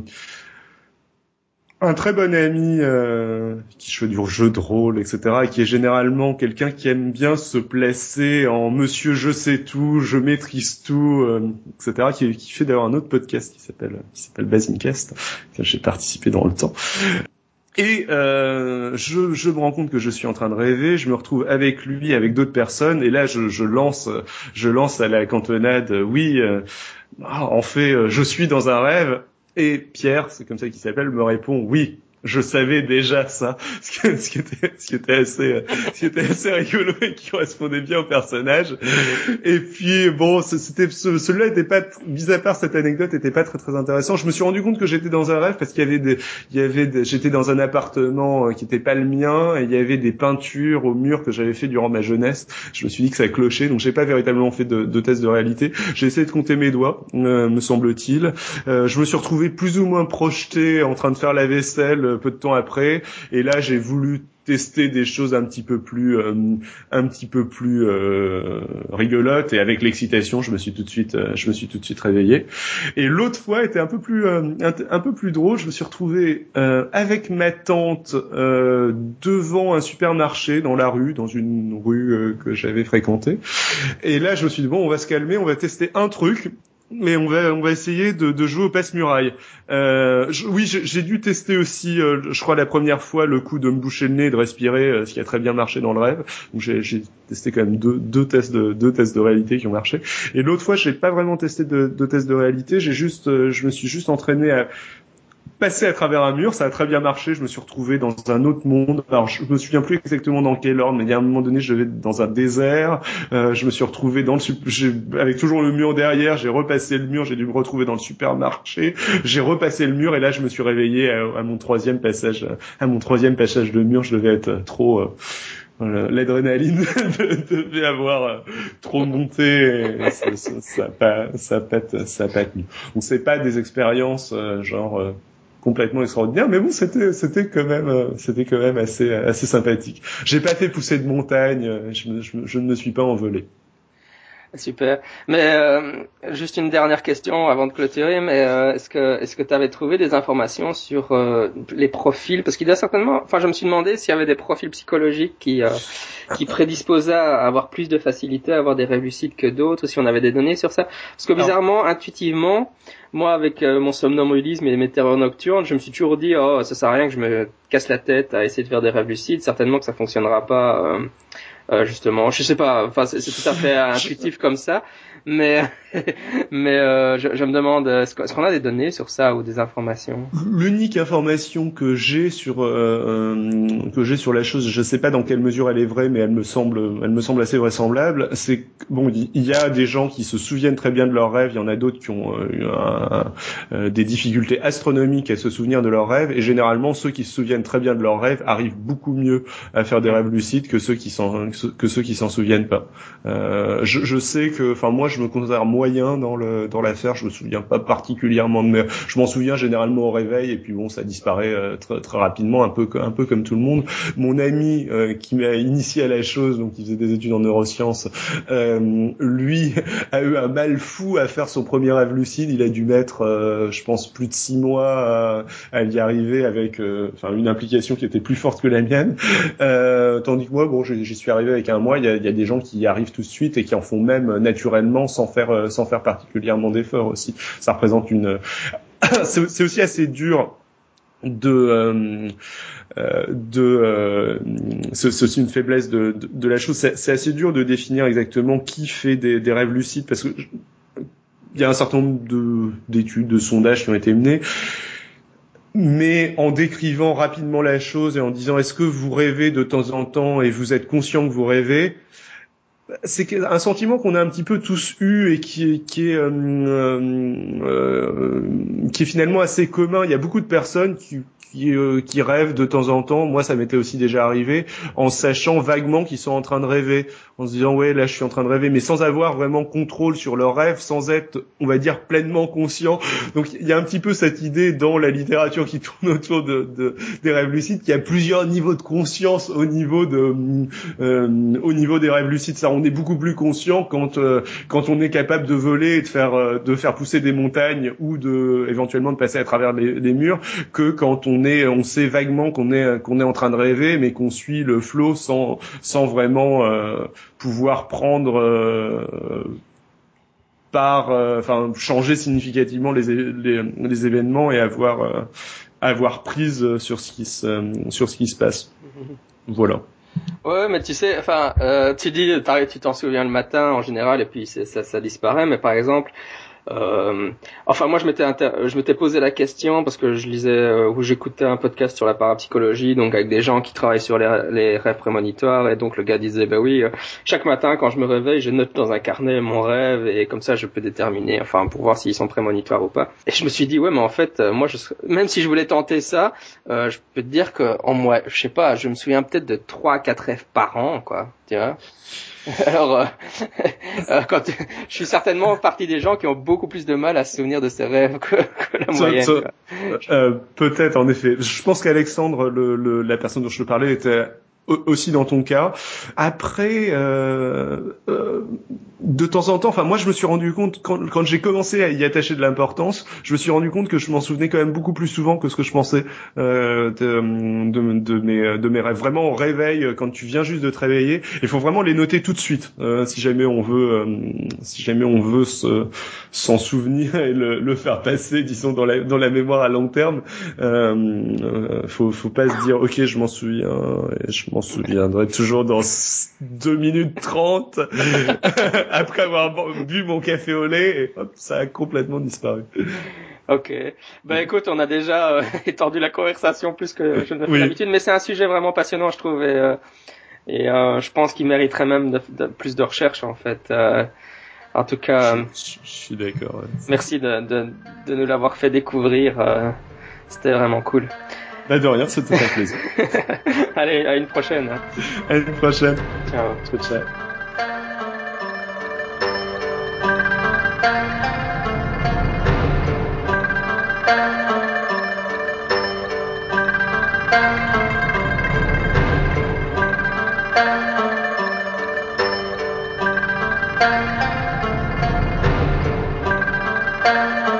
un très bon ami qui joue du jeu de rôle, etc., et qui est généralement quelqu'un qui aime bien se placer en monsieur je sais tout, je maîtrise tout, etc., qui fait d'ailleurs un autre podcast qui s'appelle Basincast, que j'ai participé dans le temps. Et je me rends compte que je suis en train de rêver, je me retrouve avec lui, avec d'autres personnes, et là je lance à la cantonade, en fait, je suis dans un rêve. Et Pierre, c'est comme ça qu'il s'appelle, me répond oui. Je savais déjà ça, ce qui était assez rigolo et qui correspondait bien au personnage. Et puis bon, celui-là était pas, mis à part cette anecdote, était pas très très intéressant. Je me suis rendu compte que j'étais dans un rêve parce qu'il y avait j'étais dans un appartement qui était pas le mien, et il y avait des peintures au mur que j'avais fait durant ma jeunesse. Je me suis dit que ça clochait, donc j'ai pas véritablement fait de test de réalité. J'ai essayé de compter mes doigts, me semble-t-il. Je me suis retrouvé plus ou moins projeté en train de faire la vaisselle peu de temps après, et là j'ai voulu tester des choses un petit peu plus rigolotes, et avec l'excitation je me suis tout de suite réveillé. Et l'autre fois était un peu plus drôle. Je me suis retrouvé avec ma tante devant un supermarché dans une rue que j'avais fréquentée, et là je me suis dit bon, on va se calmer, on va tester un truc. Mais on va essayer de jouer au passe-muraille. J'ai dû tester aussi, je crois la première fois, le coup de me boucher le nez et de respirer, ce qui a très bien marché dans le rêve. Donc j'ai testé quand même deux tests de réalité qui ont marché. Et l'autre fois, j'ai pas vraiment testé de tests de réalité. Je me suis juste entraîné à passer à travers un mur. Ça a très bien marché. Je me suis retrouvé dans un autre monde. Alors je me souviens plus exactement dans quel ordre, mais il y a un moment donné, je devais être dans un désert. Je me suis retrouvé avec toujours le mur derrière. J'ai repassé le mur. J'ai dû me retrouver dans le supermarché. J'ai repassé le mur, et là je me suis réveillé à mon troisième passage de mur. Je devais être trop l'adrénaline devait avoir trop monté, et ça a pas tenu. Donc c'est pas des expériences complètement extraordinaire, mais bon, c'était quand même assez sympathique. J'ai pas fait pousser de montagne, je ne me suis pas envolé. Super. Mais juste une dernière question avant de clôturer. Mais est-ce que tu avais trouvé des informations sur les profils? Parce qu'il y a certainement. Enfin, je me suis demandé s'il y avait des profils psychologiques qui prédisposaient à avoir plus de facilité à avoir des rêves lucides que d'autres. Si on avait des données sur ça. Parce que bizarrement, intuitivement, moi, avec mon somnambulisme et mes terreurs nocturnes, je me suis toujours dit, oh, ça sert à rien que je me casse la tête à essayer de faire des rêves lucides. Certainement que ça fonctionnera pas. Justement, je sais pas, enfin c'est tout à fait intuitif comme ça, mais je me demande est-ce qu'on a des données sur ça ou des informations? L'unique information que j'ai sur la chose, je sais pas dans quelle mesure elle est vraie, mais elle me semble assez vraisemblable. C'est que, bon, il y a des gens qui se souviennent très bien de leurs rêves, il y en a d'autres qui ont des difficultés astronomiques à se souvenir de leurs rêves, et généralement ceux qui se souviennent très bien de leurs rêves arrivent beaucoup mieux à faire des rêves lucides que ceux qui s'en souviennent pas. Je sais que, enfin moi je me considère moyen dans l'affaire, je me souviens pas particulièrement je m'en souviens généralement au réveil et puis bon ça disparaît très très rapidement, un peu comme tout le monde. Mon ami qui m'a initié à la chose, donc il faisait des études en neurosciences, lui a eu un mal fou à faire son premier rêve lucide. Il a dû mettre je pense plus de 6 mois à y arriver avec une implication qui était plus forte que la mienne, tandis que moi bon j'y suis arrivé avec un mois. Il y a des gens qui y arrivent tout de suite et qui en font même naturellement sans faire particulièrement d'efforts aussi. Ça représente une c'est aussi assez dur c'est aussi une faiblesse de la chose. C'est assez dur de définir exactement qui fait des rêves lucides, parce que il y a un certain nombre d'études, de sondages qui ont été menés, mais en décrivant rapidement la chose et en disant est-ce que vous rêvez de temps en temps et vous êtes conscient que vous rêvez, c'est un sentiment qu'on a un petit peu tous eu et qui est finalement assez commun. Il y a beaucoup de personnes qui rêvent de temps en temps. Moi, ça m'était aussi déjà arrivé, en sachant vaguement qu'ils sont en train de rêver, en se disant ouais là je suis en train de rêver, mais sans avoir vraiment contrôle sur leur rêve, sans être, on va dire, pleinement conscient. Donc il y a un petit peu cette idée dans la littérature qui tourne autour des rêves lucides, qu'il y a plusieurs niveaux de conscience au niveau des rêves lucides. Ça, on est beaucoup plus conscient quand on est capable de voler et de faire pousser des montagnes ou éventuellement de passer à travers les murs, que quand on sait vaguement qu'on est en train de rêver, mais qu'on suit le flow sans vraiment pouvoir prendre changer significativement les événements et avoir prise sur ce qui se passe. Voilà. Ouais, mais tu sais, enfin, tu dis, tu t'en souviens le matin en général, et puis ça disparaît. Mais par exemple, moi je m'étais posé la question parce que je lisais ou j'écoutais un podcast sur la parapsychologie, donc avec des gens qui travaillent sur les rêves prémonitoires, et donc le gars disait bah oui, chaque matin quand je me réveille, je note dans un carnet mon rêve, et comme ça je peux déterminer, enfin pour voir s'ils sont prémonitoires ou pas. Et je me suis dit ouais, mais en fait moi même si je voulais tenter ça, je peux te dire que en moi, je sais pas, je me souviens peut-être de 3-4 rêves par an, quoi, tu vois. Alors, je suis certainement partie des gens qui ont beaucoup plus de mal à se souvenir de ces rêves que la moyenne. Peut-être, en effet. Je pense qu'Alexandre, la personne dont je te parlais, était aussi dans ton cas. Après, de temps en temps, enfin moi je me suis rendu compte quand j'ai commencé à y attacher de l'importance, je me suis rendu compte que je m'en souvenais quand même beaucoup plus souvent que ce que je pensais de mes rêves. Vraiment au réveil, quand tu viens juste de te réveiller, il faut vraiment les noter tout de suite si jamais on veut s'en souvenir et le faire passer, disons, dans la mémoire à long terme. Faut pas se dire ok je m'en souviens et je m'en souviendrai toujours dans 2 minutes 30 après avoir bu mon café au lait, et hop, ça a complètement disparu. Ok. Ben écoute, on a déjà étendu la conversation plus que je ne le fais d'habitude, mais c'est un sujet vraiment passionnant, je trouve, et je pense qu'il mériterait même plus de recherche, en fait. En tout cas, je suis d'accord. Ouais. Merci de nous l'avoir fait découvrir. C'était vraiment cool. Bah de rien, c'était un plaisir. Allez, à une prochaine. À une prochaine. Ciao. Ciao. Thank you.